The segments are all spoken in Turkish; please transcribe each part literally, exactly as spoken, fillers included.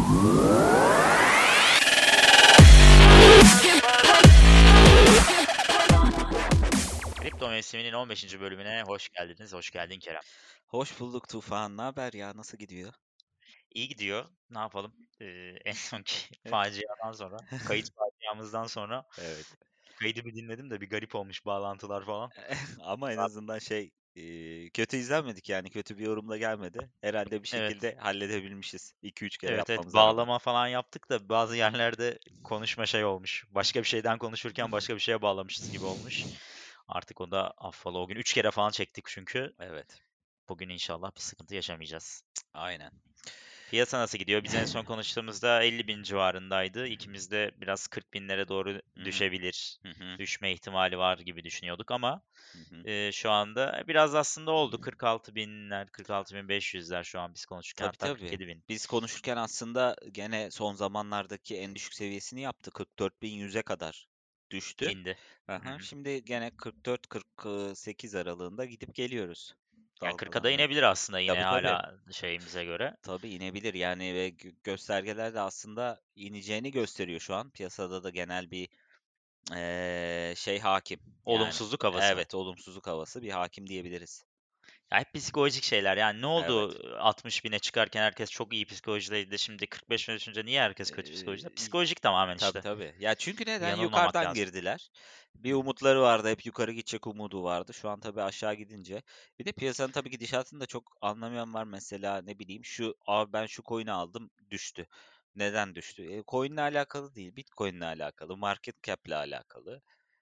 Kripto mevsiminin on beşinci bölümüne hoş geldiniz. Hoş geldin Kerem. Hoş bulduk Tufan. Ne haber ya? Nasıl gidiyor? İyi gidiyor. Ne yapalım? Ee, en sonki Eh, faciadan sonra, kayıt faciamızdan sonra Evet. kaydı bir dinledim de bir garip olmuş bağlantılar falan. Ama en Saat- azından şey e, kötü izlenmedik yani kötü bir yorum da gelmedi. Herhalde bir Evet, şekilde halledebilmişiz. iki üç kere evet, evet. yapmamıza rağmen. Bağlama falan yaptık da bazı yerlerde konuşma şey olmuş. Başka bir şeyden konuşurken başka bir şeye bağlamışız gibi olmuş. Artık o da affola. O gün üç kere falan çektik çünkü. Evet. Bugün inşallah bir sıkıntı yaşamayacağız. Aynen. Piyasa nasıl gidiyor? Biz en son konuştuğumuzda elli bin civarındaydı. İkimiz de biraz kırk binlere doğru Hı hı, düşebilir, hı hı, düşme ihtimali var gibi düşünüyorduk ama hı hı. e, şu anda biraz aslında oldu. kırk altı binler, kırk altı bin beş yüzler şu an biz konuşurken Tabii hatta kırk tabii. yedi bin Biz konuşurken aslında gene son zamanlardaki en düşük seviyesini yaptı. kırk dört bin yüze kadar düştü. indi. Hı Aha, hı. şimdi gene kırk dört kırk sekiz aralığında gidip geliyoruz. Yani kırka da Dalgalanma. inebilir aslında yine Tabii tabii. hala şeyimize göre. Tabii inebilir yani ve gö- göstergeler de aslında ineceğini gösteriyor şu an. Piyasada da genel bir eee, şey hakim. Yani Olumsuzluk havası mı? evet olumsuzluk havası bir hakim diyebiliriz. Ya hep psikolojik şeyler. Yani ne oldu Evet. altmış bine çıkarken herkes çok iyi psikolojideydi de şimdi kırk beş bine düşünce niye herkes kötü psikolojide? Eee, Psikolojik tamamen tabii işte. tabii. Ya çünkü neden? Yanılmamak Yukarıdan lazım. girdiler. Hı Bir hı. umutları vardı. Hep yukarı gidecek umudu vardı. Şu an tabii aşağı gidince. Bir de piyasanın tabii gidişatını da çok anlamayan var. Mesela ne bileyim şu abi ben şu coin'i aldım düştü. Neden düştü? E, coin'le alakalı değil. Bitcoin'le alakalı. Market cap'le alakalı.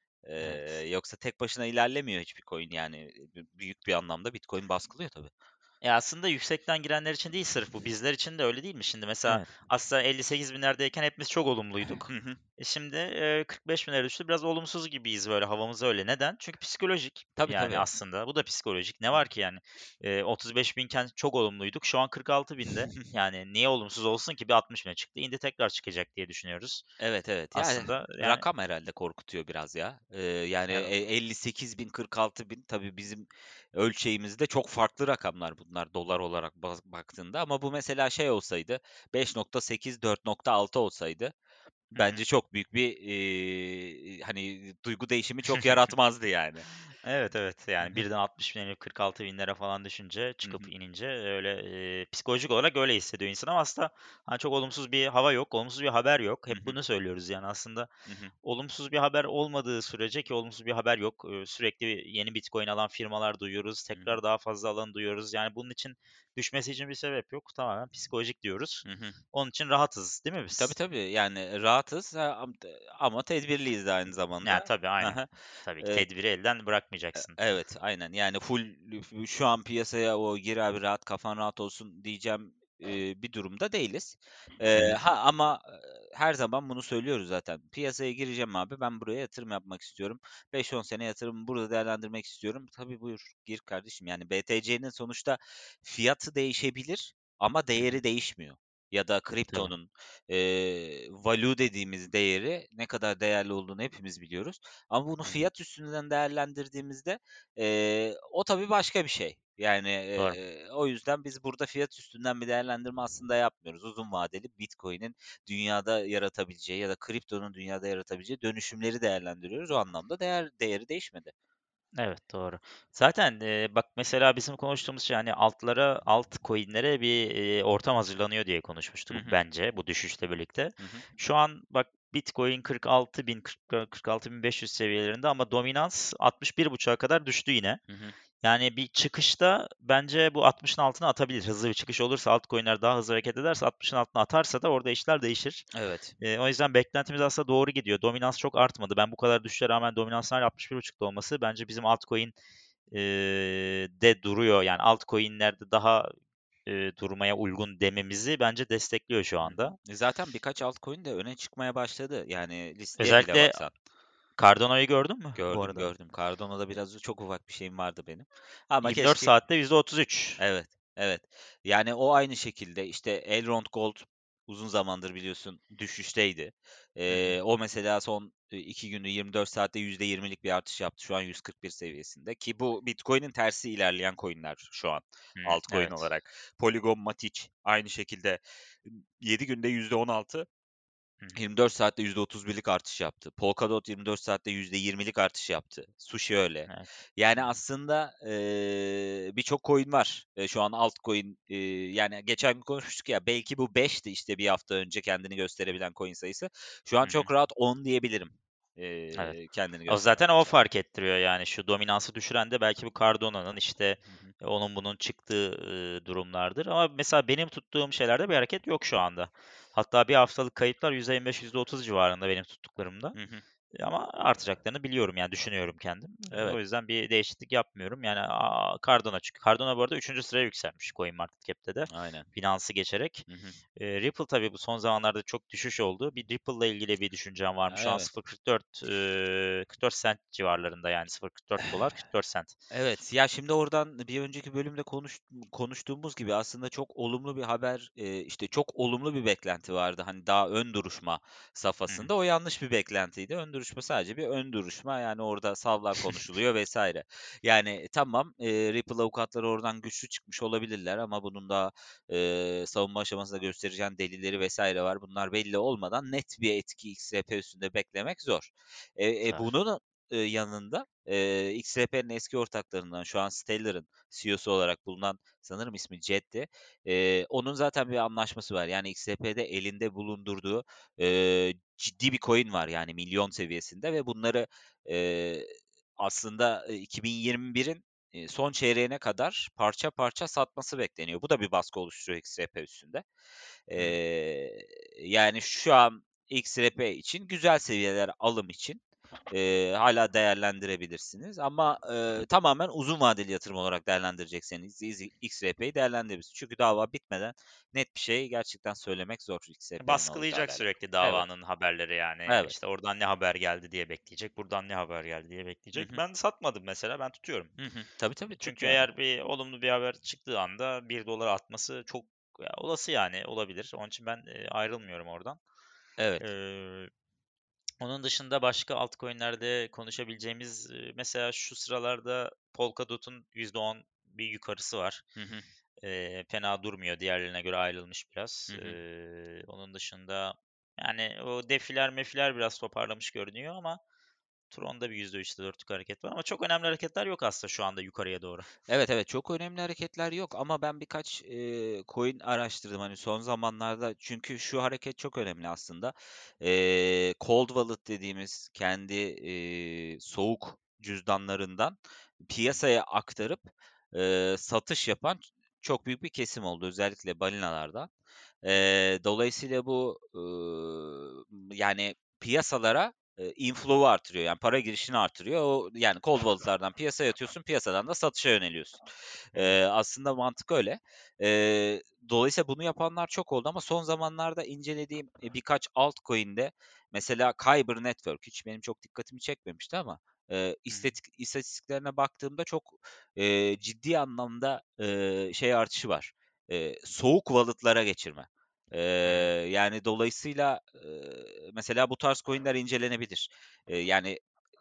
Evet. Eee, yoksa tek başına ilerlemiyor hiçbir coin yani. B- Büyük bir anlamda Bitcoin baskılıyor tabii. E aslında yüksekten girenler için değil sırf bu. Bizler için de öyle değil mi? Şimdi mesela Evet. aslında elli sekiz binlerdeyken hepimiz çok olumluyduk. Hı hı. E şimdi e, kırk beş binlere düştü. Biraz olumsuz gibiyiz böyle havamız öyle. Neden? Çünkü psikolojik Tabii yani tabii. aslında. Bu da psikolojik. Ne var ki yani? E, otuz beş binken çok olumluyduk. Şu an kırk altı binde. Yani niye olumsuz olsun ki? Bir altmış bine çıktı. İndi tekrar çıkacak diye düşünüyoruz. Evet evet. Yani Aslında yani, rakam herhalde korkutuyor biraz ya. Eee, yani yani e- elli sekiz bin, kırk altı bin tabii bizim ölçeğimizde çok farklı rakamlar bunlar dolar olarak baz- baktığında. Ama bu mesela şey olsaydı beş nokta sekiz, dört nokta altı olsaydı hı hı. bence çok büyük bir eee, hani duygu değişimi çok yaratmazdı yani. Evet, evet. Hı Yani hı, birden altmış bin inip kırk altı binlere falan düşünce, hı çıkıp hı, inince öyle, eee, psikolojik olarak öyle hissediyor insan ama aslında, hani, çok olumsuz bir hava yok, olumsuz bir haber yok. hı Hep hı, bunu söylüyoruz yani aslında hı hı, olumsuz bir haber olmadığı sürece ki olumsuz bir haber yok. Eee, sürekli yeni Bitcoin alan firmalar duyuyoruz, hı hı, tekrar daha fazla alanı duyuyoruz. Yani bunun için düşmesi için bir sebep yok. Tamamen psikolojik diyoruz. hı hı. Onun için rahatız, değil mi Tabii biz? tabii yani rahatız ha, am- ama tedbirliyiz de aynı Yani zamanda. tabii, aynen. Aha. Tabii ki Eee, tedbiri elden E bırakmayacaksın. evet, aynen. Yani full şu an piyasaya o gir abi rahat kafan rahat olsun diyeceğim eee, bir durumda değiliz. Hı Eee, hı. ha ama eee, her zaman bunu söylüyoruz zaten. Piyasaya gireceğim abi. Ben buraya yatırım yapmak istiyorum. beş on sene yatırımı burada değerlendirmek istiyorum. Tabii buyur gir kardeşim. Yani B T C'nin sonuçta fiyatı değişebilir ama Hı hı. değeri değişmiyor. Ya da Tabii. kriptonun eee value dediğimiz değeri ne kadar değerli olduğunu hepimiz biliyoruz. Ama bunu Hı hı. fiyat üstünden değerlendirdiğimizde, eee, o tabii başka bir şey. Yani, Doğru. eee, o yüzden biz burada fiyat üstünden bir değerlendirme aslında yapmıyoruz. Uzun vadeli Bitcoin'in dünyada yaratabileceği ya da kriptonun dünyada yaratabileceği dönüşümleri değerlendiriyoruz. O anlamda değer değeri değişmedi. Evet, doğru. Zaten, eee, bak mesela bizim konuştuğumuz şey, hani, altlara, altcoin'lere bir, eee, ortam hazırlanıyor diye Hı konuşmuştuk hı. bence bu düşüşle birlikte. Hı hı. Şu an bak Bitcoin kırk altı bin, kırk kırk altı bin beş yüz seviyelerinde ama dominans altmış bir buçuğa kadar düştü yine. Hı hı. Yani bir çıkışta bence bu altmışın altına atabilir. Hızlı bir çıkış olursa altcoin'ler daha hızlı hareket ederse altmışın altına atarsa da orada işler değişir. Evet. Eee, o yüzden beklentimiz aslında doğru gidiyor. Dominans çok artmadı. Ben bu kadar düşüşe rağmen dominansın hâlâ altmış bir buçukta olması bence bizim altcoin, eee, de duruyor. Yani altcoin'lerde daha, eee, durmaya uygun dememizi bence destekliyor şu Hı hı. anda. E, zaten birkaç altcoin de öne çıkmaya başladı. Yani listeye bile Özellikle baksan. Cardano'yu gördün mü bu Gördüm, arada? gördüm. Cardano'da biraz çok ufak bir şeyim vardı benim. Ama yirmi dört keşke. saatte yüzde otuz üç. Evet, evet. Yani o aynı şekilde işte Elrond Gold uzun zamandır biliyorsun düşüşteydi. Hı hı. Eee, o mesela son eee, iki günde yirmi dört saatte yüzde yirmilik bir artış yaptı. Şu an yüz kırk bir seviyesinde ki bu Bitcoin'in tersi ilerleyen coin'ler şu an Hımm, altcoin evet. olarak. Polygon, Matic aynı şekilde yedi günde yüzde on altı, Hı hı. yirmi dört saatte yüzde otuz birlik artış yaptı. Polkadot yirmi dört saatte yüzde yirmilik artış yaptı. Sushi öyle. Evet. Hı Yani hı. aslında, eee, birçok coin var. Eee, şu an altcoin, eee, yani geçen gün konuşmuştuk ya, belki bu beşti işte bir hafta önce kendini gösterebilen coin sayısı. Şu an Hı hı. çok rahat on diyebilirim, Evet. eee, kendini O gösteren. zaten o fark ettiriyor yani şu dominansı düşüren de belki bu Cardano'nun işte Hı hı. onun bunun çıktığı, ııı, durumlardır ama mesela benim tuttuğum şeylerde bir hareket yok şu anda. Hatta bir haftalık kayıplar yüzde yirmi beş yüzde otuz civarında benim tuttuklarımda. Hı hı. Eee, ama artacaklarını biliyorum yani düşünüyorum kendim. Eee, Evet, o yüzden bir değişiklik yapmıyorum. Yani, aaa, Cardano çünkü Cardano bu arada üçüncü sıraya yükselmiş CoinMarketCap'te de aynen. Binance'ı geçerek. Hı hı. Eee, Ripple tabii bu son zamanlarda çok düşüş oldu. Bir Ripple'la ilgili bir düşüncem var mı? Şu an Evet. sıfır virgül kırk dört, eee, kırk dört cent civarlarında yani sıfır virgül kırk dört dolar kırk dört sent. Evet, ya, şimdi oradan bir önceki bölümde konuş konuştuğumuz gibi aslında çok olumlu bir haber, eee, işte, çok olumlu bir beklenti vardı, hani, daha ön duruşma Hı hı. safhasında. O yanlış bir beklentiydi. Ön duruşma sadece bir ön duruşma, yani, orada savlar konuşuluyor vesaire. Yani, tamam, eee, Ripple avukatları oradan güçlü çıkmış olabilirler ama bunun da, eee, savunma aşamasında göstereceğin delilleri vesaire var. Bunlar belli olmadan net bir etki X R P üstünde beklemek zor. Eee, e, Zor. bunun, eee, yanında Eee, X R P'nin eski ortaklarından şu an Stellar'ın C E O'su olarak bulunan sanırım ismi Ced'di. Eee, onun zaten bir anlaşması var. Yani X R P'de elinde bulundurduğu, eee, ciddi bir coin var yani milyon seviyesinde ve bunları, eee, aslında, eee, iki bin yirmi birin, eee, son çeyreğine kadar parça parça satması bekleniyor. Bu da bir baskı oluşturuyor X R P üstünde. Hı hı. Eee, yani şu an X R P için güzel seviyeler alım için. Eee, hâlâ değerlendirebilirsiniz ama, eee, tamamen uzun vadeli yatırım olarak değerlendirecekseniz izi X R P'yi değerlendirebilirsiniz. Çünkü dava bitmeden net bir şey gerçekten söylemek zor X R P'nin ne Baskılayacak olacağıyla alakalı. sürekli Evet, davanın haberleri yani. evet. İşte oradan ne haber geldi diye bekleyecek, buradan ne haber geldi diye Hı bekleyecek. hı. Ben satmadım mesela, ben tutuyorum. Hı hı. Tabii, tabii, tut Çünkü yani. eğer bir olumlu bir haber çıktığı anda bir dolara atması çok ya olası yani olabilir. Onun için ben, eee, ayrılmıyorum oradan. Evet. Eee, onun dışında başka altcoin'lerde konuşabileceğimiz, eee, mesela şu sıralarda Polkadot'un yüzde on bir yukarısı var. Hı hı. Eee, fena durmuyor. Diğerlerine göre ayrılmış biraz. Hı hı. Eee, onun dışında yani o defiler mefiler biraz toparlamış görünüyor ama Tron'da bir yüzde üçte dörtlük hareket var ama çok önemli hareketler yok aslında şu anda yukarıya doğru. Evet, evet, çok önemli hareketler yok ama ben birkaç, eee, coin araştırdım, hani, son zamanlarda çünkü şu hareket çok önemli aslında. Eee, cold wallet dediğimiz kendi, eee, soğuk cüzdanlarından Hı hı. piyasaya aktarıp, eee, satış yapan ç çok büyük bir kesim oldu, özellikle balinalardan. Hı hı. Eee, dolayısıyla bu, ııı, yani, piyasalara, eee, inflow'u artırıyor, yani, para girişini artırıyor. O, yani, cold wallet'lardan piyasaya atıyorsun, piyasadan da satışa yöneliyorsun. Hı hı. Eee, aslında mantık öyle. Eee, dolayısıyla bunu yapanlar çok oldu ama son zamanlarda incelediğim, eee, birkaç altcoin'de mesela Kyber Network hiç benim çok dikkatimi çekmemişti ama, eee, Hı hı. istetik istatistiklerine baktığımda çok, eee, ciddi anlamda, eee, şey artışı var, eee, soğuk wallet'lara geçirme. Eee, Hımm. yani dolayısıyla, eee, mesela bu tarz coin'ler incelenebilir. Eee, yani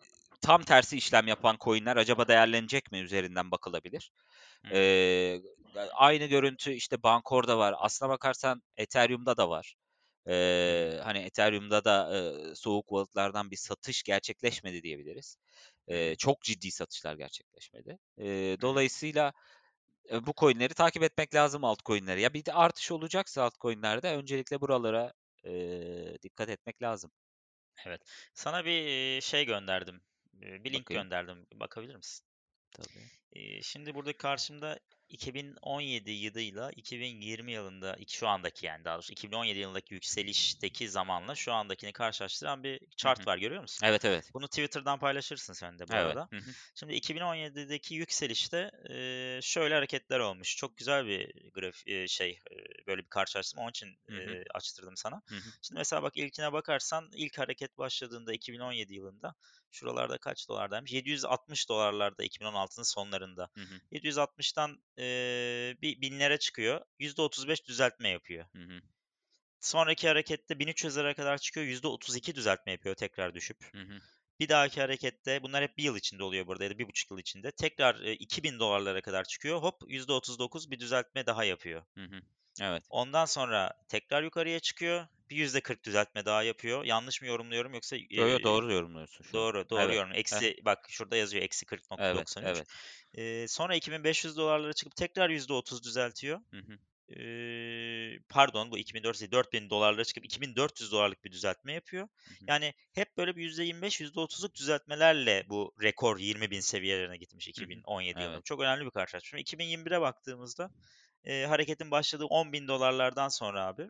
tam tersi işlem yapan coin'ler acaba değerlenecek mi üzerinden bakılabilir. Hı hı. Eee, aynı görüntü, işte, Bankor'da var. Aslına bakarsan Ethereum'da da var. Hımm. Eee, hani, Ethereum'da da, eee, soğuk wallet'lardan bir satış gerçekleşmedi diyebiliriz. Hı Eee, hı. çok ciddi satışlar gerçekleşmedi. Eee, Hı hı. dolayısıyla, eee, bu coin'leri takip etmek lazım altcoin'leri. Ya, bir de artış olacaksa altcoin'lerde öncelikle buralara, eee, dikkat etmek lazım. Evet. Sana bir, eee, şey gönderdim, eee, bir link Bakayım. gönderdim. Bakabilir misin? Tabii. Eee, şimdi burada karşımda iki bin on yedi yılıyla iki bin yirmi yılında, iki şu andaki yani daha doğrusu iki bin on yedi yılındaki yükselişteki zamanla şu andakini karşılaştıran bir Hı chart hı. var, görüyor musun? Evet, evet. Bunu Twitter'dan paylaşırsın sen de bu Evet. arada. Hı hı. Şimdi iki bin on yedideki yükselişte, eee, şöyle hareketler olmuş. Çok güzel bir graf eee, şey, eee, böyle bir karşılaştırma. Onun için, Hı hı. eee, açtırdım sana. Hı hı. Şimdi mesela bak ilkine bakarsan ilk hareket başladığında iki bin on yedi yılında şuralarda kaç dolardaymış? yedi yüz altmış dolarlarda iki bin on altının sonlarında. Hı hı. yedi yüz altmıştan eee, bir binlere çıkıyor. yüzde otuz beş düzeltme yapıyor. Hı hı. Sonraki harekette bin üç yüzlere kadar çıkıyor. yüzde otuz iki düzeltme yapıyor tekrar düşüp. Hı hı. Bir dahaki harekette bunlar hep bir yıl içinde oluyor burada ya da bir buçuk yıl içinde. Tekrar e, iki bin dolarlara kadar çıkıyor. Hop yüzde otuz dokuz bir düzeltme daha yapıyor. Hı hı. Evet. Ondan sonra tekrar yukarıya çıkıyor. Bir yüzde kırk düzeltme daha yapıyor. Yanlış mı yorumluyorum yoksa e, Yo, yo, doğru yorumluyorsun şu an. doğru doğru Evet. yorum. Heh, Eksi bak şurada yazıyor eksi evet, kırk nokta doksan üç. evet. E, sonra iki bin beş yüz dolarlara çıkıp tekrar yüzde otuz düzeltiyor. Hı hı. Eee, pardon bu iki bin dört yüz değil, dört bin dolarlara çıkıp iki bin dört yüz dolarlık bir düzeltme yapıyor. Hı hı. Yani hep böyle bir yüzde yirmi beş, yüzde otuzluk düzeltmelerle bu rekor yirmi bin seviyelerine gitmiş Hı hı. iki bin on yedi yılında. Evet. Bu çok önemli bir karşılaştırma. iki bin yirmi bire baktığımızda eee, hareketin başladığı on bin dolarlardan sonra abi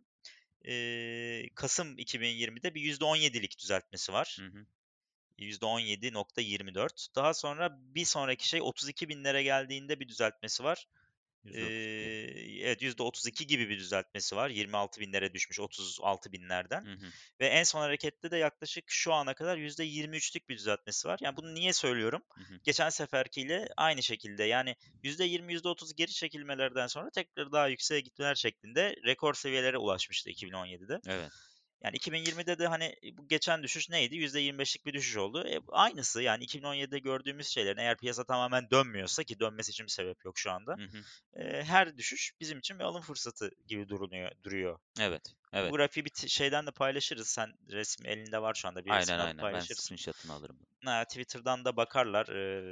eee, Kasım iki bin yirmide bir yüzde on yedilik düzeltmesi var. Hı hı. yüzde on yedi nokta yirmi dört. Daha sonra bir sonraki şey otuz iki binlere geldiğinde bir düzeltmesi var. yüzde otuz iki. Eee, evet yüzde otuz iki gibi bir düzeltmesi var. yirmi altı binlere düşmüş otuz altı binlerden. Hı hı. Ve en son harekette de yaklaşık şu ana kadar yüzde yirmi üçlük bir düzeltmesi var. Yani bunu niye söylüyorum? Hı hı. Geçen seferkiyle aynı şekilde yani yüzde yirmi yüzde otuz geri çekilmelerden sonra tekrar daha yükseğe gitmeler şeklinde rekor seviyelere ulaşmıştı iki bin on yedide. Evet. Yani iki bin yirmide de hani bu geçen düşüş neydi? yüzde yirmi beşlik bir düşüş oldu. E, aynısı yani iki bin on yedide gördüğümüz şeylerin eğer piyasa tamamen dönmüyorsa ki dönmesi için bir sebep yok şu anda. Hı hı. Eee, her düşüş bizim için bir alım fırsatı gibi durunuyor, duruyor. Evet. Bu Evet. grafiği bir t- şeyden de paylaşırız. Sen resim elinde var şu anda bir Aynen, resim alıp aynen. Ben paylaşırsın. screenshot'ını alırım. Ha, Twitter'dan da bakarlar.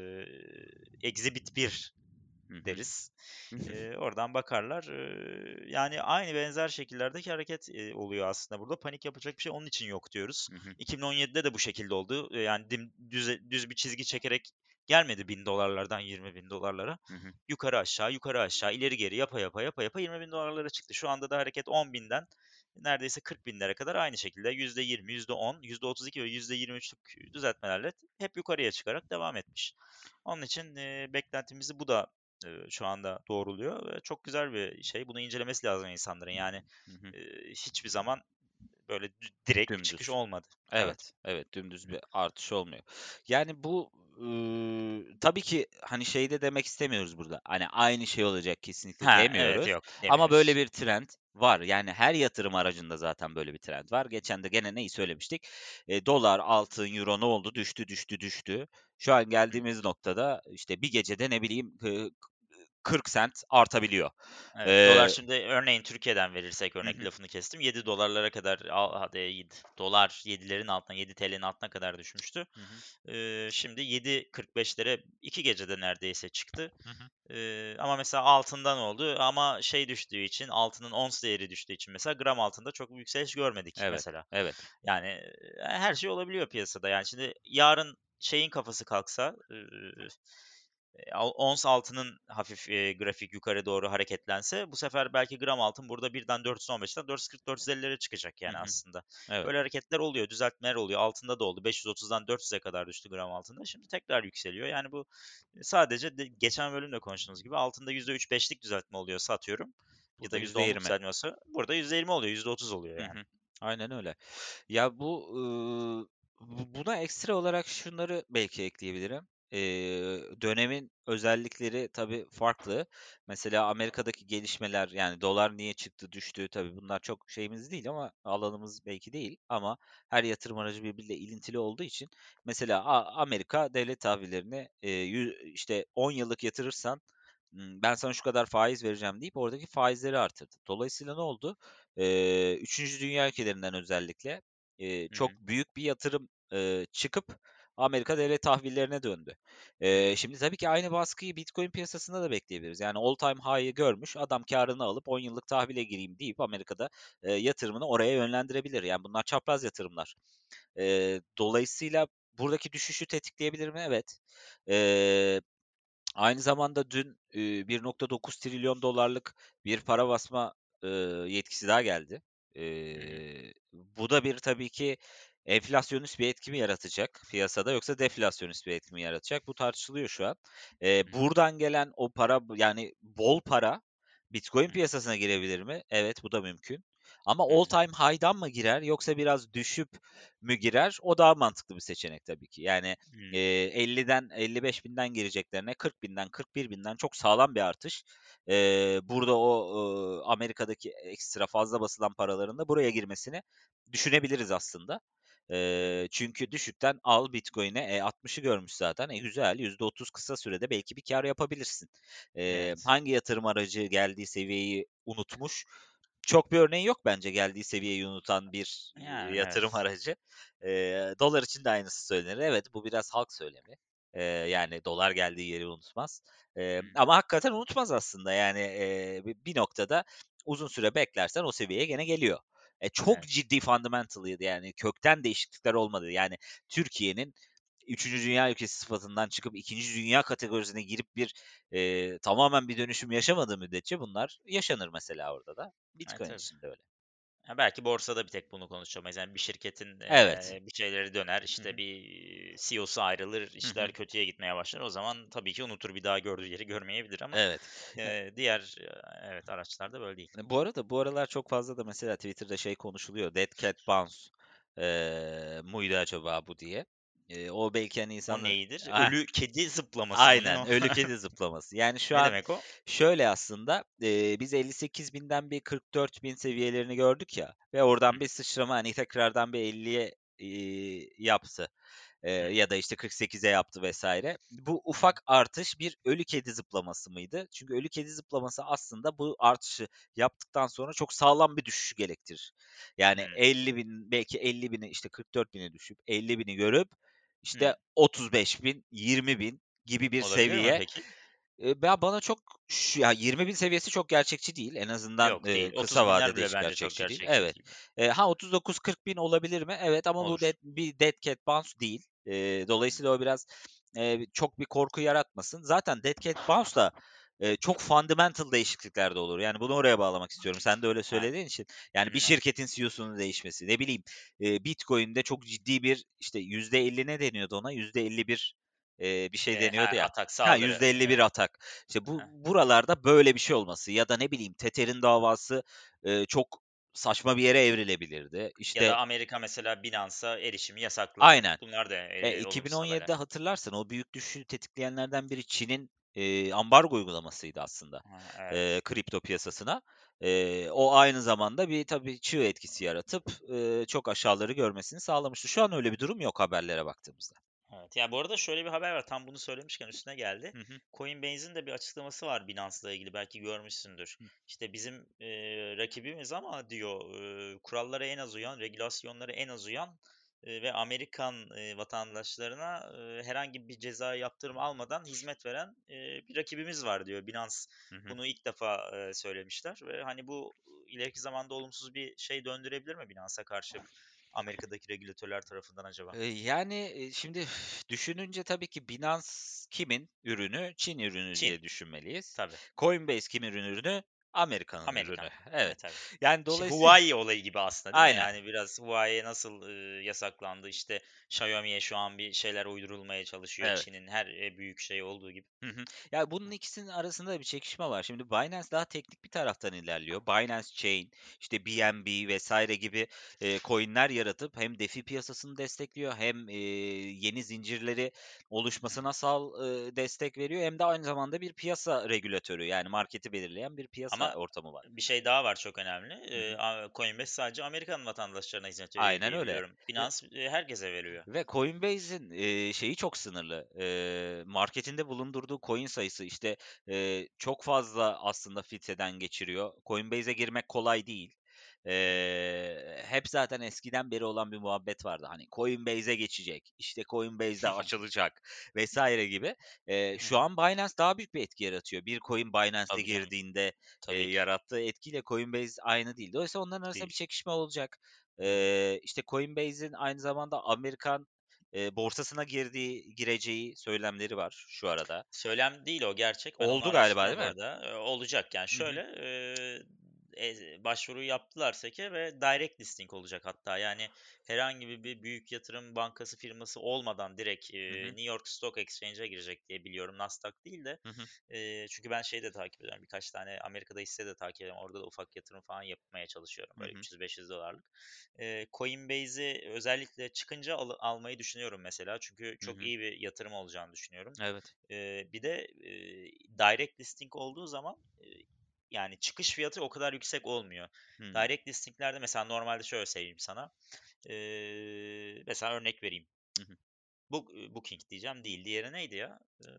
Eee Exhibit bir Hı hı. deriz. Eee, oradan bakarlar. Eee, yani aynı benzer şekillerdeki hareket eee, oluyor aslında burada. Panik yapacak bir şey onun için yok diyoruz. Hı hı. iki bin on yedide de bu şekilde oldu. Eee, yani dim, düz, düz bir çizgi çekerek gelmedi bin dolarlardan yirmi bin dolarlara. Hı hı. Yukarı aşağı yukarı aşağı ileri geri yapa yapa yapa yapa yirmi bin dolarlara çıktı. Şu anda da hareket on binden neredeyse kırk binlere kadar aynı şekilde yüzde yirmi, yüzde on, yüzde otuz iki ve yüzde yirmi üçlük düzeltmelerle hep yukarıya çıkarak devam etmiş. Onun için eee, beklentimizi bu da eee, şu anda doğruluyor ve çok güzel bir şey. Bunu incelemesi lazım insanların. Yani Hı hı. eee, hiçbir zaman böyle dü- direkt bir çıkış Dümdüz. olmadı. Evet. Evet, evet, dümdüz bir artış olmuyor. Yani bu ııı, tabii ki hani şey de demek istemiyoruz burada. Hani aynı şey olacak kesinlikle Ha evet demiyoruz. yok Ama böyle demiyoruz. bir trend var. Yani her yatırım aracında zaten böyle bir trend var. Geçen de gene neyi söylemiştik? E, dolar, altın, euro ne oldu? Düştü, düştü, düştü. Şu an Hı. geldiğimiz noktada işte bir gecede ne bileyim hı, kırk sent artabiliyor. Evet, dolar Eee şimdi örneğin Türkiye'den verirsek hı örnek hı, lafını kestim. yedi dolarlara kadar al, hadi yedi, dolar yedilerin altına yedi T L'nin altına kadar düşmüştü. hı hı, Ee, şimdi yedi kırk beşlere iki gecede neredeyse çıktı. hı hı. Ee, ama mesela altından oldu ama şey düştüğü için altının ons değeri düştüğü için mesela gram altında çok bir yükseliş görmedik Evet, mesela. evet. Yani e, her şey olabiliyor piyasada. Yani şimdi yarın şeyin kafası kalksa e, e, al- ons altının hafif e, grafik yukarı doğru hareketlense bu sefer belki gram altın burada birden dört yüz on beşten dört yüz kırk dört yüz ellilere çıkacak Hı yani hı, aslında. evet. Böyle hareketler oluyor, düzeltmeler oluyor. Altında da oldu. beş yüz otuzdan dört yüze kadar düştü gram altında. Şimdi tekrar yükseliyor. Yani bu e, sadece de, geçen bölümde konuştuğumuz gibi altında yüzde üç beşlik düzeltme oluyorsa atıyorum ya da Burada yüzde onluk yüzde yirmi. düzeltme olsa burada yüzde yirmi oluyor, yüzde otuz oluyor Hı yani. hı. Aynen öyle. Ya bu, ııı, bu buna ekstra olarak şunları belki ekleyebilirim. Eee, dönemin özellikleri tabii farklı. Mesela Amerika'daki gelişmeler, yani dolar niye çıktı, düştü, tabii bunlar çok şeyimiz değil ama alanımız belki değil ama her yatırım aracı birbiriyle ilintili olduğu için mesela A Amerika devlet tahvillerine, eee, yü işte on yıllık yatırırsan, ımm, ben sana şu kadar faiz vereceğim deyip oradaki faizleri artırdı. Dolayısıyla ne oldu? Eee, üçüncü dünya ülkelerinden özellikle, eee, Hı hı, çok büyük bir yatırım, eee, çıkıp Amerika devlet tahvillerine döndü. hı Eee, hı, şimdi tabii ki aynı baskıyı Bitcoin piyasasında da bekleyebiliriz. Yani all time high'ı görmüş, adam kârını alıp on yıllık tahvile gireyim deyip Amerika'da, eee, yatırımını oraya yönlendirebilir. Yani bunlar çapraz yatırımlar. Eee, dolayısıyla buradaki düşüşü tetikleyebilir mi? Evet. Eee Aynı zamanda dün, eee, bir nokta dokuz trilyon dolarlık bir para basma, eee, yetkisi daha geldi. hı hı, Eee, bu da bir tabii ki enflasyonist bir etki mi yaratacak piyasada yoksa deflasyonist bir etki mi yaratacak? Bu tartışılıyor şu an. Eee, hı hı. buradan gelen o para, yani bol para Bitcoin Hı hı. piyasasına girebilir mi? Evet, bu da mümkün. Ama Hı all hı. time high'dan mı girer yoksa biraz düşüp mü girer? O daha mantıklı bir seçenek tabii ki. Yani, Hımm. eee, elliden elli beş binden gireceklerine kırk binden kırk bir binden çok sağlam bir artış. Eee, burada o, ııı, Amerika'daki ekstra fazla basılan paraların da buraya girmesini düşünebiliriz aslında. Hı Eee, hı. çünkü düşükten al Bitcoin'e, e, altmışı görmüş zaten. E, güzel, yüzde otuz kısa sürede belki bir kâr yapabilirsin. Eee, Evet. hangi yatırım aracı geldiği seviyeyi unutmuş? Çok bir örneği yok bence geldiği seviyeyi unutan bir, eee, Yani, yatırım evet. aracı. Eee, dolar için de aynısı söylenir. Evet, bu biraz halk söylemi. Eee, yani dolar geldiği yeri unutmaz. Hı Emm, hı. ama hakikaten unutmaz aslında. Yani, eee, bi bir noktada uzun süre beklersen o seviyeye gene geliyor. E, çok Evet. ciddi fundamental'ıydı yani kökten değişiklikler olmadı. Yani Türkiye'nin üçüncü dünya ülkesi sıfatından çıkıp ikinci dünya kategorisine girip bir, eee, tamamen bir dönüşüm yaşamadığı müddetçe bunlar yaşanır mesela orada da. Evet, Bitcoin tabii. için de öyle. Ya, belki borsada bir tek bunu konuşamayız. Yani bir şirketin, Evet. eee, bir şeyleri döner, Hı işte, hı. bir C E O'su ayrılır, Hı işler hı. kötüye gitmeye başlar. O zaman tabii ki unutur, bir daha gördüğü yeri görmeyebilir ama, Evet. E eee, diğer, eee, evet, araçlarda böyle değil. bu arada bu aralar çok fazla da mesela Twitter'da şey konuşuluyor. Dead cat bounce eee, muydu acaba bu diye. Eee, o belki hani O insanlar neyidir? Ölü kedi zıplaması mı ne o? Aynen, ölü kedi zıplaması. Yani şu Ne an demek o? şöyle aslında, eee, biz elli sekiz binden bir kırk dört bin seviyelerini gördük ya ve Hı oradan hı. bir sıçrama, hani, tekrardan bir elliye, iii, yaptı, eee, Hı hı. ya da, işte, kırk sekize yaptı vesaire. Bu Hı hı. ufak artış bir ölü kedi zıplaması mıydı? Çünkü ölü kedi zıplaması aslında bu artışı yaptıktan sonra çok sağlam bir düşüşü gerektirir. Yani Hımm. elli bin belki elli bini işte, kırk dört bine düşüp elli bini görüp, Hımm. işte, otuz beş bin yirmi bin gibi bir Olabilir mi seviye. peki? Eee, ba bana çok şu ya yirmi bin seviyesi çok gerçekçi değil. En azından, Yok eee, değil. kısa otuz binler vadede bile hiç bence çok gerçekçi değil. gerçekçi Evet. gibi. Eee, ha otuz dokuz kırk bin olabilir mi? Evet ama bu Olur. dead bir dead cat bounce değil. Eee, Hı dolayısıyla o biraz, eee, çok bir korku yaratmasın. Zaten dead cat bounce da, eee, çok fundamental değişiklikler de olur. Yani bunu oraya bağlamak istiyorum. Sen de öyle Evet. söylediğin için. Hı Yani bir hı, evet. şirketin C E O'sunun değişmesi, ne bileyim, eee, Bitcoin'de çok ciddi bir, işte, yüzde elli ne deniyordu ona? yüzde elli bir, eee, bir şey Eee, ha, deniyordu ya. atak, Ha, saldırı. yüzde elli bir Eee, atak. İşte hı bu hı. buralarda böyle bir şey olması ya da ne bileyim Tether'in davası, eee, çok saçma bir yere evrilebilirdi. Ya İşte da Amerika mesela Binance'a erişimi yasakladı. aynen. Bunlar da, E, eee, olumsuz iki bin on yedide haberler. hatırlarsan o büyük düşüşü tetikleyenlerden biri Çin'in, eee, ambargo uygulamasıydı aslında, Ha, eee, evet. kripto piyasasına. Eee, o aynı zamanda bir tabii çığ etkisi yaratıp, eee, çok aşağıları görmesini sağlamıştı. Şu an öyle bir durum yok haberlere baktığımızda. Evet. Ya, bu arada şöyle bir haber var. Tam bunu söylemişken üstüne geldi. Hı hı. Coinbase'in de bir açıklaması var Binance'la ilgili. Belki görmüşsündür. Hı. İşte bizim, eee, rakibimiz ama diyor, eee, kurallara en az uyan, regülasyonlara en az uyan, eee, ve Amerikan, eee, vatandaşlarına, eee, herhangi bir ceza, yaptırım almadan hizmet veren, eee, bir rakibimiz var diyor Binance. Hı hı. Bunu ilk defa, eee, söylemişler ve hani bu ileriki zamanda olumsuz bir şey döndürebilir mi Binance'a karşı Amerika'daki regülatörler tarafından acaba? Eee, yani, eee, şimdi düşününce tabii ki Binance kimin ürünü? Çin ürünü Çin. diye düşünmeliyiz. Tabii. Coinbase kimin ürünü? Amerika'nın ürünü. Amerikan. Evet, Evet. tabii. Yani Şey, dolayısıyla Huawei olayı gibi aslında değil mi? Aynen. Yani biraz Huawei nasıl, ııı, yasaklandı, işte, Xiaomi'ye şu an bir şeyler uydurulmaya çalışıyor Evet. Çin'in her, eee, büyük şeyi olduğu gibi. Hı hı. Ya, bunun ikisinin arasında da bir çekişme var. Şimdi Binance daha teknik bir taraftan ilerliyor. Binance Chain, işte B N B vesaire gibi, eee, coin'ler yaratıp hem DeFi piyasasını destekliyor hem, eee, yeni zincirleri Hı hı. oluşmasına sağ eee, destek veriyor hem de aynı zamanda bir piyasa regülatörü, yani marketi belirleyen bir piyasa Ama ortamı var. bir şey daha var çok önemli. Hı Eee, hı. a Coinbase sadece Amerikan vatandaşlarına hizmet veriyor Aynen diye öyle. biliyorum. Binance, eee, herkese veriyor. Ve Coinbase'in, eee, şeyi çok sınırlı, eee, marketinde bulundurduğu coin sayısı, işte, eee, çok fazla aslında filtreden geçiriyor. Coinbase'e girmek kolay değil. Eee, hep zaten eskiden beri olan bir muhabbet vardı. Hani Coinbase'e geçecek, işte Coinbase'de açılacak vesaire gibi. Eee, Hı şu hı. an Binance daha büyük bir etki yaratıyor. Bir coin Binance'e Tabii canım, girdiğinde, eee, tabii ki. yarattığı etkiyle Coinbase aynı değil. Dolayısıyla onların arasında bir Değil. çekişme olacak. Hı hı. Eee, işte Coinbase'in aynı zamanda Amerikan, eee, borsasına girdiği gireceği söylemleri var şu arada. Söylem değil o, gerçek. Ben onu Oldu galiba, araştırdım değil bu mi? arada. Eee, olacak yani Hı hı. şöyle, eee, eee, başvuruyu yaptılar SEC'e ve direct listing olacak hatta. Yani herhangi bir bir büyük yatırım bankası firması olmadan direkt, Hı eee, hı. New York Stock Exchange'e girecek diye biliyorum. Nasdaq değil de. Hı hı. Eee, çünkü ben şeyi de takip ediyorum. Birkaç tane Amerika'da hisse de takip ediyorum. Orada da ufak yatırım falan yapmaya çalışıyorum. Hı Böyle hı. üç yüz beş yüz dolarlık. Eee, Coinbase'i özellikle çıkınca al almayı düşünüyorum mesela. Çünkü Hı çok hı. iyi bir yatırım olacağını düşünüyorum. Evet. Eee, bir de, eee, direct listing olduğu zaman, eee, yani çıkış fiyatı o kadar yüksek olmuyor. Hımm. Direct listinglerde mesela normalde şöyle söyleyeyim sana. Eee, mesela örnek vereyim. Hı hı. Book Booking diyeceğim, değil. Diğeri neydi ya? Eee,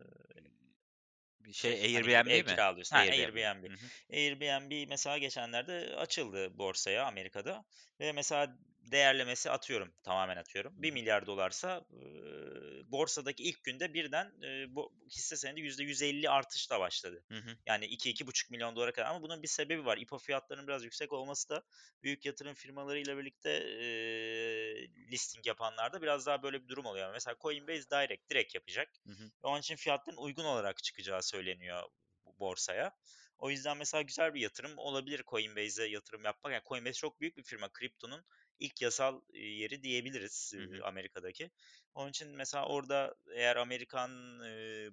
Bir şey, şey hani gidip ev Airbnb mi? kiralıyorsun. Ha, Airbnb. Airbnb. Hı hı. Airbnb mesela geçenlerde açıldı borsaya Amerika'da ve mesela değerlemesi atıyorum, tamamen atıyorum. Hı bir hı. milyar dolarsa eee, borsadaki ilk günde birden eee, bu hisse senedi yüzde yüz elli artışla başladı. Hı hı. Yani iki iki buçuk milyon dolara kadar. Ama bunun bir sebebi var. İPO fiyatlarının biraz yüksek olması da büyük yatırım firmalarıyla birlikte eee, listing yapanlarda biraz daha böyle bir durum oluyor. Mesela Coinbase Direct direkt yapacak. Hı hı. Onun için fiyatların uygun olarak çıkacağı söyleniyor bu borsaya. O yüzden mesela güzel bir yatırım olabilir Coinbase'e yatırım yapmak. Yani Coinbase çok büyük bir firma. Kriptonun ilk yasal e, yeri diyebiliriz Hı e, hı. Amerika'daki. Onun için mesela orada eğer Amerikan e,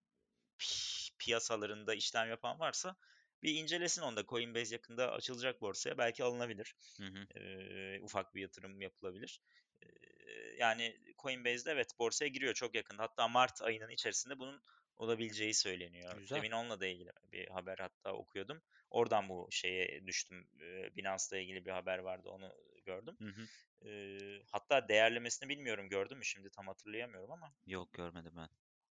pi- piyasalarında işlem yapan varsa bir incelesin onu da. Coinbase yakında açılacak borsaya. Belki alınabilir. Hı hı. Eee, ufak bir yatırım yapılabilir. Eee, yani Coinbase'de evet borsaya giriyor çok yakında. Hatta Mart ayının içerisinde bunun olabileceği söyleniyor. Güzel. Demin onunla da ilgili bir haber hatta okuyordum. Oradan bu şeye düştüm. Eee, Binance'la ilgili bir haber vardı, onu gördüm. Hı hı. Eee, hatta değerlemesini bilmiyorum, gördün mü, şimdi tam hatırlayamıyorum ama. Yok, görmedim ben.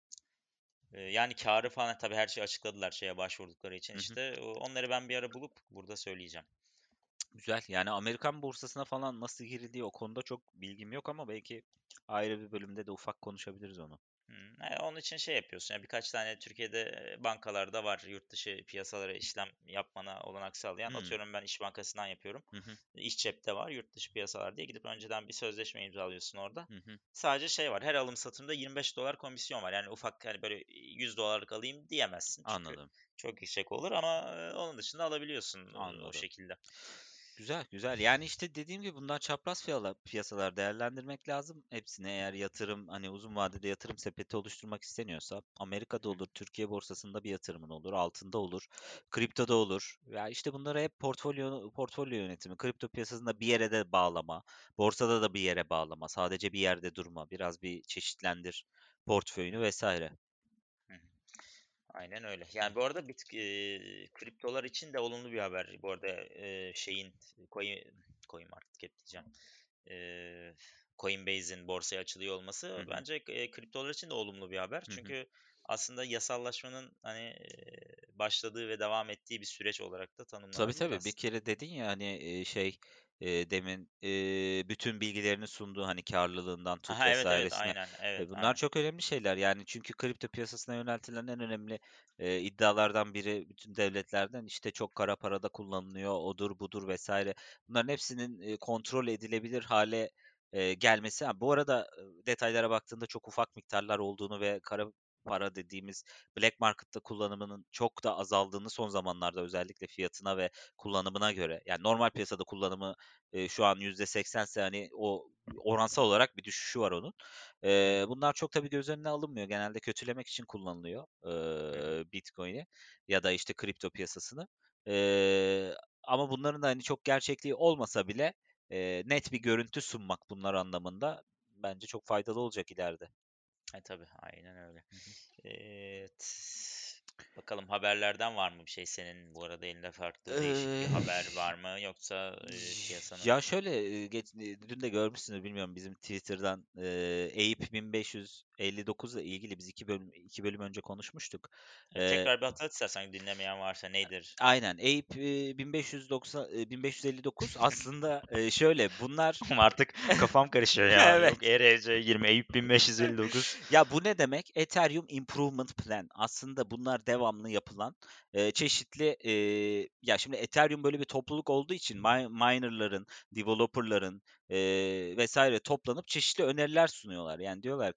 Eee, yani kârı falan tabii her şeyi açıkladılar şeye başvurdukları için Hı hı. işte. O- Onları ben bir ara bulup burada söyleyeceğim. Güzel. Yani Amerikan borsasına falan nasıl girildiği o konuda çok bilgim yok ama belki ayrı bir bölümde de ufak konuşabiliriz onu. Hımm. Eee, onun için şey yapıyorsun, ya, birkaç tane Türkiye'de, eee, bankalarda var yurt dışı piyasalara işlem yapmana olanak sağlayan. Hımm. Atıyorum ben İş Bankası'ndan yapıyorum. Hı hı. İşcep'te var yurt dışı piyasalar diye. Gidip önceden bir sözleşme imzalıyorsun orada. Hı hı. Sadece şey var, her alım satımda yirmi beş dolar komisyon var. Yani ufak, hani, böyle yüz dolarlık alayım diyemezsin çünkü Anladım. çok yüksek olur ama, eee, onun dışında alabiliyorsun, eee, o Anladım. şekilde. Güzel, güzel. Yani, işte, dediğim gibi bunlar çapraz fiyala piyasalar, değerlendirmek lazım hepsini. Eğer yatırım, hani, uzun vadede yatırım sepeti oluşturmak isteniyorsa Hı Amerika'da hı. olur, Türkiye borsasında bir yatırımın olur, altında olur, kriptoda olur. Ya, işte, bunları hep portfolyo portfolyo yönetimi, kripto piyasasında bir yere de bağlama, borsada da bir yere bağlama, sadece bir yerde durma, biraz bir çeşitlendir portföyünü vesaire. Hı hı. Aynen öyle. Yani bu arada bit eee, kriptolar için de olumlu bir haber. Bu arada eee, şeyin Coin CoinMarketCap diyeceğim. Eee, Coinbase'in borsaya açılıyor Hı olması hı. bence eee, kriptolar için de olumlu bir haber. Hı hı. Çünkü aslında yasallaşmanın hani eee, başladığı ve devam ettiği bir süreç olarak da Tabii, tanımlanabilir tabii. Bir aslında. kere dedin ya, hani, eee, şey, eee, demin, eee, bütün bilgilerini sunduğu, hani, kârlılığından tut Aha, evet evet, vesairesine. aynen, evet E, bunlar aynen. çok önemli şeyler. Yani çünkü kripto piyasasına yöneltilen en önemli, eee, iddialardan biri bütün devletlerden, işte, çok kara para da kullanılıyor, odur budur vesaire. Bunların hepsinin, eee, kontrol edilebilir hale eee, gelmesi. Ha, bu arada, ııı, detaylara baktığında çok ufak miktarlar olduğunu ve kara para dediğimiz black market'ta kullanımının çok da azaldığını son zamanlarda özellikle fiyatına ve kullanımına göre, yani normal piyasada kullanımı, eee, şu an yüzde seksense hani o oransal olarak bir düşüşü var onun. Hı Eee, hı, bunlar çok tabii göz önüne alınmıyor. Genelde kötülemek için kullanılıyor, hı hı. eee, Bitcoin'i ya da işte kripto piyasasını. Eee, ama bunların da hani çok gerçekliği olmasa bile, eee, net bir görüntü sunmak bunlar anlamında bence çok faydalı olacak ileride. E tabii, aynen öyle. Hı hı. Evet. Bakalım haberlerden var mı bir şey senin bu arada elinde, farklı değişik bir Eee, haber var mı, yoksa e, piyasanın? ya şöyle, eee, geç eee, dün de görmüşsündür bilmiyorum bizim Twitter'dan, eee, Ape bin beş yüz elli dokuzla ilgili biz iki bölüm iki bölüm önce konuşmuştuk. E, Eee tekrar bir hatırlat istersen, dinlemeyen varsa, nedir? Aynen. Ape, eee, bin beş yüz doksan eee, bin beş yüz elli dokuz aslında, eee, şöyle bunlar Oğlum artık kafam karışıyor ya. Yok Evet. E R C yirmi, Eyüp bin beş yüz elli dokuz. Ya, bu ne demek? Ethereum Improvement Plan. Aslında bunlar devamlı yapılan, eee, çeşitli, eee, ya, şimdi Ethereum böyle bir topluluk olduğu için mi miner'ların, developer'ların, eee, vesaire toplanıp çeşitli öneriler sunuyorlar. Yani diyorlar ki, işte,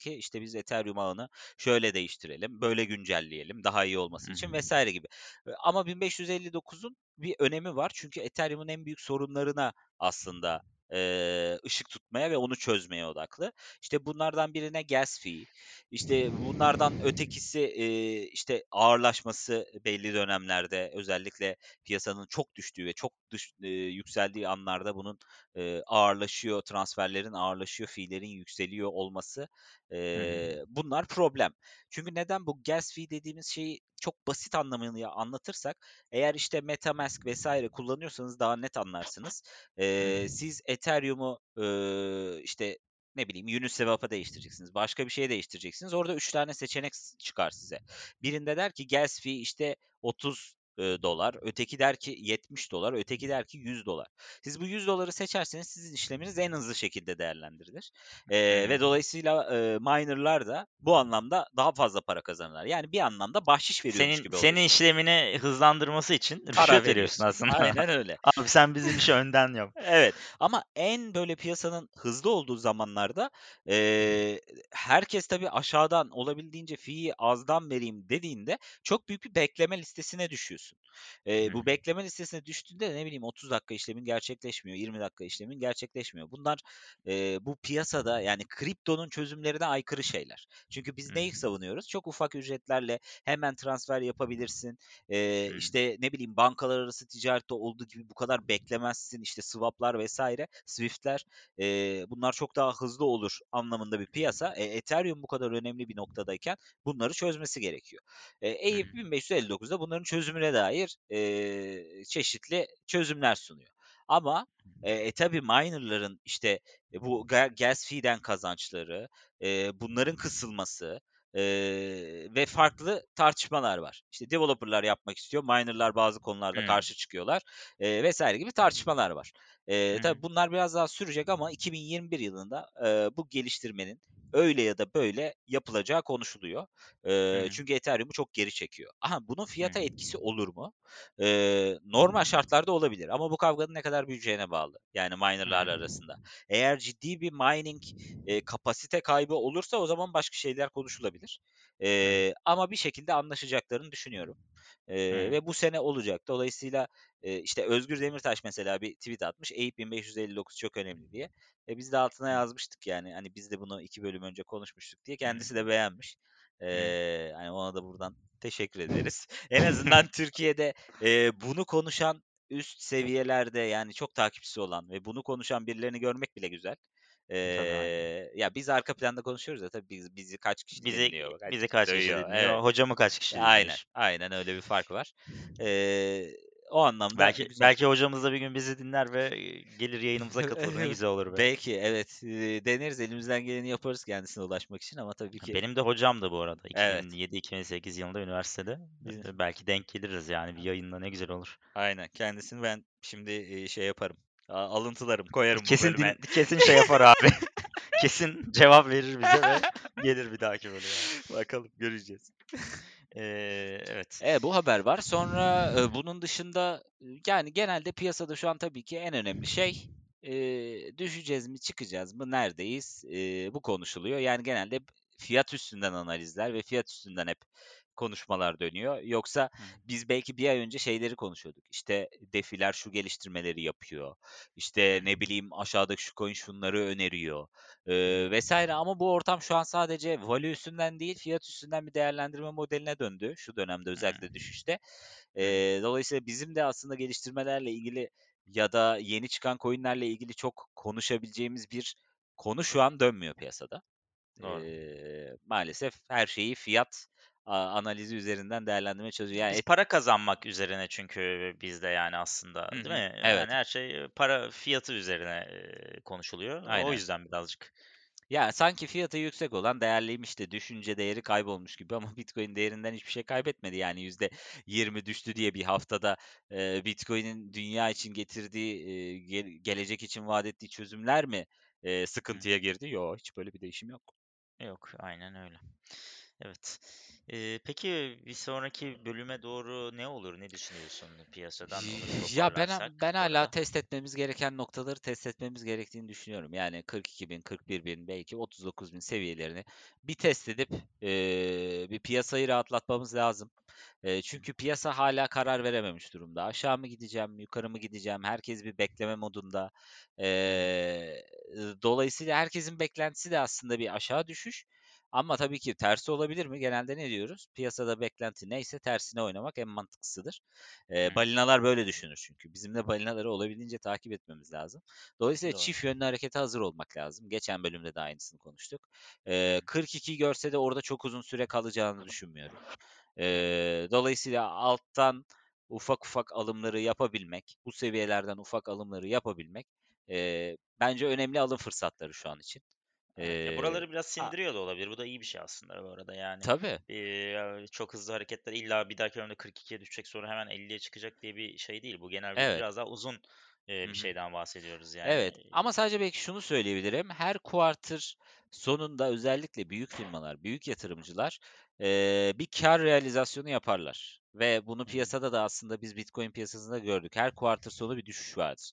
biz Ethereum ağını şöyle değiştirelim, böyle güncelleyelim daha iyi olması Hı için hı. vesaire gibi. Eee, ama bin beş yüz elli dokuzun bir önemi var. Çünkü Ethereum'un en büyük sorunlarına aslında, eee, ışık tutmaya ve onu çözmeye odaklı. İşte bunlardan birine gas fee, işte bunlardan ötekisi, eee, işte ağırlaşması belli dönemlerde özellikle piyasanın çok düştüğü ve çok dış eee, yükseldiği anlarda bunun, eee, ağırlaşıyor, transferlerin ağırlaşıyor, fee'lerin yükseliyor olması, Hı hı. eee, bunlar problem. Çünkü neden? Bu gas fee dediğimiz şeyi çok basit anlamıyla anlatırsak, eğer işte MetaMask vesaire kullanıyorsanız daha net anlarsınız. Hı Eee, hı. siz Ethereum'u, eee, işte ne bileyim Uniswap'a değiştireceksiniz. Başka bir şeye değiştireceksiniz. Orada üç tane seçenek s- çıkar size. Birinde der ki gas fee işte otuz e, dolar. Öteki der ki yetmiş dolar. Öteki der ki yüz dolar. Siz bu yüz doları seçerseniz sizin işleminiz en hızlı şekilde değerlendirilir. Hı E, hı. ve dolayısıyla e, minerlar da bu anlamda daha fazla para kazanırlar. Yani bir anlamda bahşiş veriyormuş Senin gibi senin oluyorsunuz. işlemini hızlandırması için Para rüşvet veriyorsun veriyorsun. aslında. Aynen öyle. Abi sen bizim işi önden yap. Evet ama en böyle piyasanın hızlı olduğu zamanlarda, eee, herkes tabii aşağıdan olabildiğince fee'yi azdan vereyim dediğinde çok büyük bir bekleme listesine düşüyorsun. Eee, Hı bu hı. bekleme listesine düştüğünde de ne bileyim otuz dakika işlemin gerçekleşmiyor, yirmi dakika işlemin gerçekleşmiyor. Bunlar, eee, bu piyasada yani kriptonun çözümlerine aykırı şeyler. Çünkü biz Hı neyi hı. savunuyoruz? Çok ufak ücretlerle hemen transfer yapabilirsin. Eee, Hı. işte, ne bileyim, bankalar arası ticarette olduğu gibi bu kadar beklemezsin. İşte, swap'lar vesaire, Swift'ler, eee, bunlar çok daha hızlı olur anlamında bir piyasa. E, Ethereum bu kadar önemli bir noktadayken bunları çözmesi gerekiyor. Eee, Hı hı. E I P bin beş yüz elli dokuzda bunların çözümüne dair, eee, çeşitli çözümler sunuyor. Ama, eee, e, tabii miner'ların, işte, e, bu ga gas fee'den kazançları, eee, bunların kısılması, Eee, ve farklı tartışmalar var. İşte developer'lar yapmak istiyor, miner'lar bazı konularda Hı. karşı çıkıyorlar, eee, vesaire gibi tartışmalar var. Hı Eee, hı. tabii bunlar biraz daha sürecek ama iki bin yirmi bir yılında, eee, bu geliştirmenin öyle ya da böyle yapılacağı konuşuluyor. Hı Eee, hı. çünkü Ethereum'u çok geri çekiyor. Aha, bunun Hı fiyata hı. etkisi olur mu? Eee, normal şartlarda olabilir ama bu kavganın ne kadar büyüyeceğine bağlı. Yani Hı miner'lar hı. arasında. Eğer ciddi bir mining, eee, kapasite kaybı olursa o zaman başka şeyler konuşulabilir. Hı hı. Eee, ama bir şekilde anlaşacaklarını düşünüyorum. Eee, ve bu sene olacak. Dolayısıyla, eee, işte Özgür Demirtaş mesela bir tweet atmış. E I P bin beş yüz elli dokuz çok önemli diye. E, biz de altına yazmıştık yani. Hani biz de bunu iki bölüm önce konuşmuştuk diye. Hı Kendisi hı. de beğenmiş. Hı hı. Eee, hani ona da buradan teşekkür ederiz. En azından Türkiye'de, eee, bunu konuşan üst seviyelerde yani çok takipçisi olan ve bunu konuşan birilerini görmek bile güzel. Tabii, aynen. Eee, ya biz arka planda konuşuyoruz ya tabii biz bizi kaç kişi Bizi dinliyor, kaç bizi kişi kaç kişi duyuyor. dinliyor? Evet. Hocamı kaç kişi Aynen, dinliyor? aynen öyle bir fark var. Eee, o anlamda Belki güzel. belki hocamız da bir gün bizi dinler ve, gelir yayınımıza katılır. Ne güzel olur be. Belki evet, eee, deneriz, elimizden geleni yaparız kendisine ulaşmak için ama tabii ki Benim de hocamdı bu arada evet. iki bin yedi iki bin sekiz yılında üniversitede. Biz Eee, belki denk geliriz yani bir yayında ne güzel olur. aynen kendisini ben şimdi, eee, şey yaparım, a alıntılarım, koyarım bu Kesin bölüme. din kesin şey yapar abi. Kesin cevap verir bize ve gelir bir dahaki bölüme. Bakalım göreceğiz. Eee, evet. Evet, bu haber var. Sonra, eee, bunun dışında, ııı, yani, genelde piyasada şu an tabii ki en önemli şey, eee, düşeceğiz mi, çıkacağız mı, neredeyiz, eee, bu konuşuluyor. Yani, genelde fiyat üstünden analizler ve fiyat üstünden hep konuşmalar dönüyor. Yoksa Hı biz belki bir ay önce şeyleri konuşuyorduk. İşte, DeFi'ler şu geliştirmeleri yapıyor. hı. İşte, ne bileyim, aşağıdaki şu coin şunları öneriyor, Hı eee, hı. vesaire ama bu ortam şu an sadece value üstünden değil, fiyat üstünden bir değerlendirme modeline döndü şu dönemde Hı hı. özellikle düşüşte. Hı hı. Eee, dolayısıyla bizim de aslında geliştirmelerle ilgili ya da yeni çıkan coin'lerle ilgili çok konuşabileceğimiz bir konu şu an dönmüyor piyasada. Doğru. Eee, maalesef her şeyi fiyat, aaa, analizi üzerinden değerlendirmeye çalışıyor. Yani Biz et para kazanmak üzerine çünkü bizde yani aslında, Hı değil hı. mi? Yani Evet, her şey, para fiyatı üzerine, eee, konuşuluyor. O aynen. yüzden birazcık. Ya, sanki fiyatı yüksek olan değerliymiş de düşünce değeri kaybolmuş gibi ama Bitcoin değerinden hiçbir şey kaybetmedi. Yani yüzde yirmi düştü diye bir haftada, eee, Bitcoin'in dünya için getirdiği, eee, gel gelecek için vaat ettiği çözümler mi, eee, Hı sıkıntıya hı. girdi? Yo, hiç böyle bir değişim yok. Yok, aynen öyle. Evet. Eee, peki bir sonraki bölüme doğru ne olur? Ne düşünüyorsun piyasadan? Onu bir Ya ben ha- toparlarsak ben bu hala arada. test etmemiz gereken noktaları test etmemiz gerektiğini düşünüyorum. Yani kırk iki bin, kırk bir bin, belki otuz dokuz bin seviyelerini bir test edip eee, bir piyasayı rahatlatmamız lazım. Eee, Hı çünkü piyasa hala karar verememiş durumda. Aşağı mı gideceğim, yukarı mı gideceğim? Herkes bir bekleme modunda. hı, hı Eee, Dolayısıyla herkesin beklentisi de aslında bir aşağı düşüş. Ama tabii ki tersi olabilir mi? Genelde ne diyoruz? Piyasada beklenti neyse tersine oynamak en mantıklısıdır. hı, Eee, hı. balinalar böyle düşünür çünkü. Bizim de balinaları olabildiğince takip etmemiz lazım. Dolayısıyla Doğru. çift yönlü harekete hazır olmak lazım. Geçen bölümde de aynısını konuştuk. Hı Eee, hı, kırk iki görse de orada çok uzun süre kalacağını düşünmüyorum. Eee, dolayısıyla alttan ufak ufak alımları yapabilmek, bu seviyelerden ufak alımları yapabilmek eee, bence önemli alım fırsatları şu an için. Evet. Ya Eee, buraları biraz a sindiriyor da olabilir. Bu da iyi bir şey aslında bu arada. Yani tabii, eee, çok hızlı hareketler illa bir dahaki bölümde kırk ikiye düşecek sonra hemen elliye çıkacak diye bir şey değil. Bu genel böyle evet. biraz daha uzun eee, Hı bir hı. şeyden bahsediyoruz Evet yani. ama sadece belki şunu söyleyebilirim. Her quarter sonunda özellikle büyük firmalar, büyük yatırımcılar eee, bir kar realizasyonu yaparlar. Ve bunu Hı hı, piyasada da aslında biz Bitcoin piyasasında gördük. Her quarter sonu bir düşüş vardır.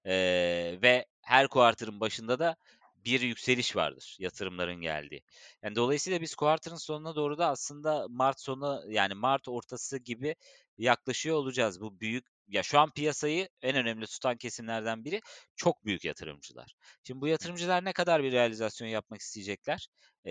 Eee, ve her quarter'ın başında da bir yükseliş vardır yatırımların geldiği. Yani dolayısıyla biz quarter'ın sonuna doğru da aslında Mart sonu yani Mart ortası gibi yaklaşıyor olacağız. Bu büyük ya şu an piyasayı en önemli tutan kesimlerden biri çok büyük yatırımcılar. Şimdi bu hı hı. yatırımcılar ne kadar bir realizasyon yapmak isteyecekler?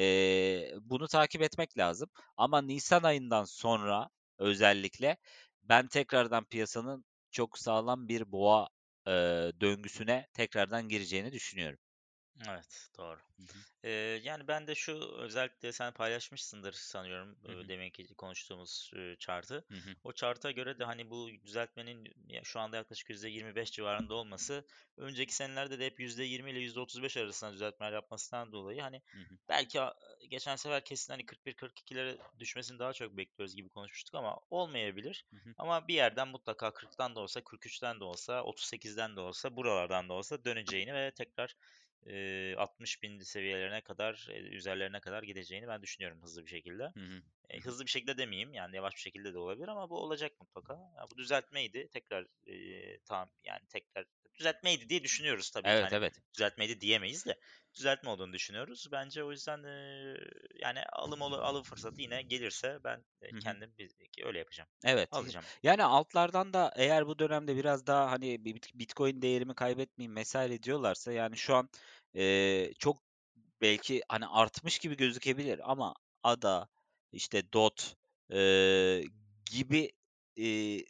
Eee, bunu takip etmek lazım. Ama nisan ayından sonra özellikle ben tekrardan piyasanın çok sağlam bir boğa eee, döngüsüne tekrardan gireceğini düşünüyorum. Evet, doğru. Hı hı, Eee, yani ben de şu özellikle sen paylaşmışsındır sanıyorum hı eee, hı, deminki konuştuğumuz eee, chart'ı. hı hı, O chart'a göre de hani bu düzeltmenin ya şu anda yaklaşık yüzde yirmi beş civarında olması önceki senelerde de hep yüzde yirmi ile yüzde otuz beş arasında düzeltmeler yapmasından dolayı hani hı hı, belki a- geçen sefer kesin hani kırk bir kırk ikilere düşmesini daha çok bekliyoruz gibi konuşmuştuk ama olmayabilir. hı hı, Ama bir yerden mutlaka kırktan da olsa, kırk üçten de olsa, otuz sekizden de olsa, buralardan da olsa döneceğini ve tekrar eee, altmış bin seviyelerine kadar, eee, üzerlerine kadar gideceğini ben düşünüyorum hızlı bir şekilde. hı hı, hı Eee, hı. hızlı bir şekilde demeyeyim yani yavaş bir şekilde de olabilir ama bu olacak mutlaka. Ya bu düzeltmeydi. Tekrar eee tamam yani tekrar düzeltmeydi diye düşünüyoruz tabii ki Evet, hani evet. düzeltmeydi diyemeyiz de düzeltme olduğunu düşünüyoruz. Bence o yüzden eee, yani alım olu- alım fırsatı yine gelirse ben e, Hı hı. kendim bir, öyle yapacağım. Evet. y- Alacağım. Yani altlardan da eğer bu dönemde biraz daha hani bir bit- Bitcoin değerimi kaybetmeyeyim vesaire diyorlarsa yani şu an eee, çok belki hani artmış gibi gözükebilir ama A D A, işte D O T eee, gibi eee,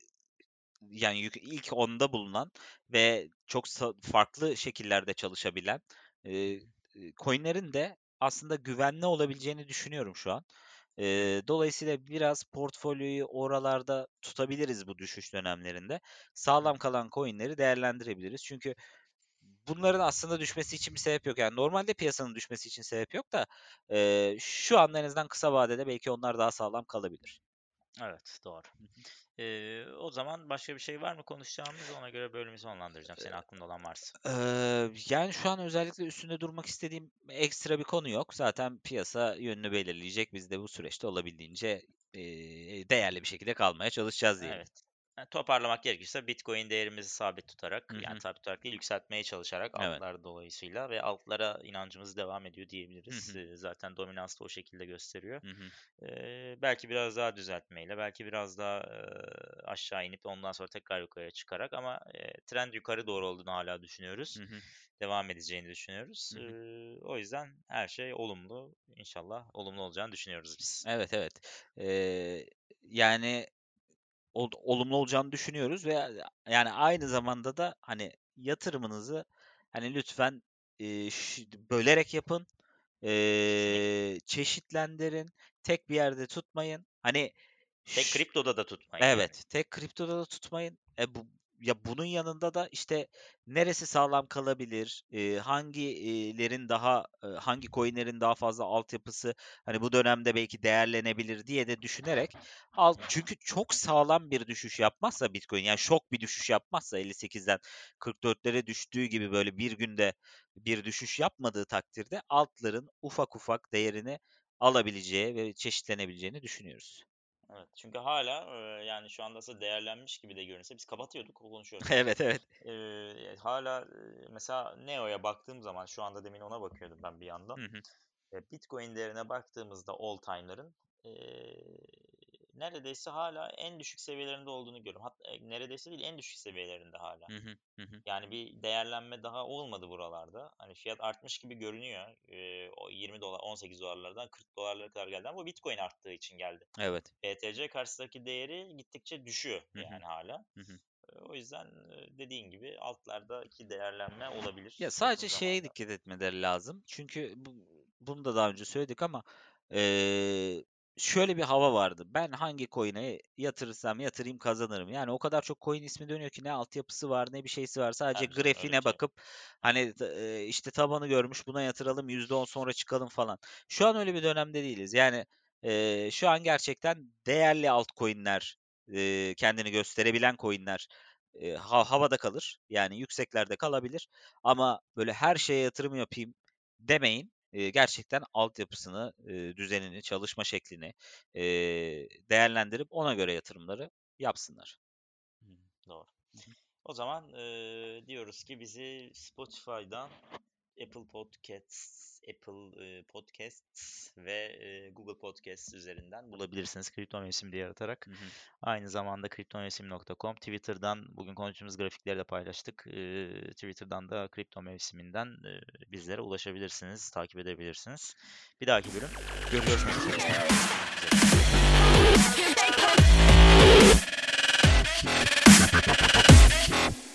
yani yük- ilk onda bulunan ve çok sa- farklı şekillerde çalışabilen Hı eee hı, e, coinlerin de aslında güvenli olabileceğini düşünüyorum şu an. hı hı, Eee, dolayısıyla biraz portfolyoyu oralarda tutabiliriz bu düşüş dönemlerinde. hı Sağlam hı. kalan coinleri değerlendirebiliriz. Çünkü bunların aslında düşmesi için bir sebep yok. Yani normalde piyasanın düşmesi için sebep yok da eee, şu anda en azından kısa vadede belki onlar daha sağlam kalabilir. Evet, doğru. Hı hı. Eee, o zaman başka bir şey var mı konuşacağımız? Ona göre bölümü sonlandıracağım. Senin aklında olan varsa. Eee, yani şu an özellikle üstünde durmak istediğim ekstra bir konu yok. Zaten piyasa yönünü belirleyecek. Biz de bu süreçte olabildiğince eee, değerli bir şekilde kalmaya çalışacağız diyelim. Evet. Yani toparlamak gerekirse Bitcoin değerimizi sabit tutarak, Hı yani hı. sabit tutarak değil, yükseltmeye çalışarak Evet. altlar dolayısıyla ve altlara inancımız devam ediyor Hı diyebiliriz. hı. Eee, zaten dominans da o şekilde gösteriyor. Hı hı. Eee, belki biraz daha düzeltmeyle, belki biraz daha eee, aşağı inip ondan sonra tekrar yukarıya çıkarak ama eee, trend yukarı doğru olduğunu hala düşünüyoruz. Hı hı. Devam edeceğini düşünüyoruz. Hı hı. Eee, o yüzden her şey olumlu. İnşallah olumlu olacağını düşünüyoruz biz. Evet, evet. Eee, yani ol- olumlu olacağını düşünüyoruz ve yani aynı zamanda da hani yatırımınızı hani lütfen eee, ş- bölerek yapın. Kesinlikle. Eee, çeşitlendirin. Tek bir yerde tutmayın. Hani Tek ş kriptoda da tutmayın yani. evet, tek kriptoda da tutmayın. E, bu ya bunun yanında da işte neresi sağlam kalabilir? Eee, hangilerin daha eee, hangi coin'lerin daha fazla altyapısı hani bu dönemde belki değerlenebilir diye de düşünerek alt çünkü çok sağlam bir düşüş yapmazsa Bitcoin yani şok bir düşüş yapmazsa elli sekizden kırk dörtlere düştüğü gibi böyle bir günde bir düşüş yapmadığı takdirde altların ufak ufak değerini alabileceği ve çeşitlenebileceğini düşünüyoruz. Evet. Çünkü hala e, yani şu anda aslında değerlenmiş gibi de görünse biz kapatıyorduk, konuşuyoruz hala. Evet, evet. E, hala e, mesela Neo'ya baktığım zaman şu anda demin ona bakıyordum ben bir yandan. Hı hı. E, Bitcoin değerine baktığımızda all time'ların e, neredeyse hala en düşük seviyelerinde olduğunu görüyorum. Hatta e, neredeyse değil en düşük seviyelerinde hala. Hı hı. Hı hı. Yani bir değerlenme daha olmadı buralarda. Hani fiyat artmış gibi görünüyor. Ee, o yirmi dolar, on sekiz dolarlardan kırk dolarlara kadar geldi ama bu Bitcoin arttığı için geldi. Evet. B T C karşısındaki değeri gittikçe düşüyor Hı hı. yani hala. Hı hı. Ee, O yüzden e, dediğin gibi altlardaki değerlenme Ya olabilir yakın sadece şeye zamanda. dikkat etmeleri lazım. Çünkü bu, bunu da daha önce söyledik ama eee, şöyle bir hava vardı. Ben hangi coin'e yatırırsam yatırayım kazanırım. Yani o kadar çok coin ismi dönüyor ki ne altyapısı var ne bir şeysi var. Sadece Tabii canım öyle bir grafiğine şey yok. bakıp hani t- eee, işte tabanı görmüş buna yatıralım yüzde on sonra çıkalım falan. Şu an öyle bir dönemde değiliz. Yani eee, şu an gerçekten değerli altcoin'ler, eee, kendini gösterebilen coin'ler eee, ha- havada kalır. Yani yükseklerde kalabilir. Ama böyle her şeye yatırım yapayım demeyin. Eee, gerçekten altyapısını, eee, düzenini, çalışma şeklini, eee, değerlendirip ona göre yatırımları yapsınlar. Hı, doğru. Hı hı. O zaman e, diyoruz ki bizi Spotify'dan Apple Podcasts, Apple e, Podcasts ve e, Google Podcasts üzerinden bulabilirsiniz kripto mevsim diye aratarak. Hı hı. Aynı zamanda kriptomevsim nokta com, Twitter'dan bugün konuştuğumuz grafikleri de paylaştık. E, Twitter'dan da kripto mevsiminden e, bizlere ulaşabilirsiniz, takip edebilirsiniz. Bir dahaki bölüm görüşmek Görüşmek üzere. üzere. Görüşmek üzere.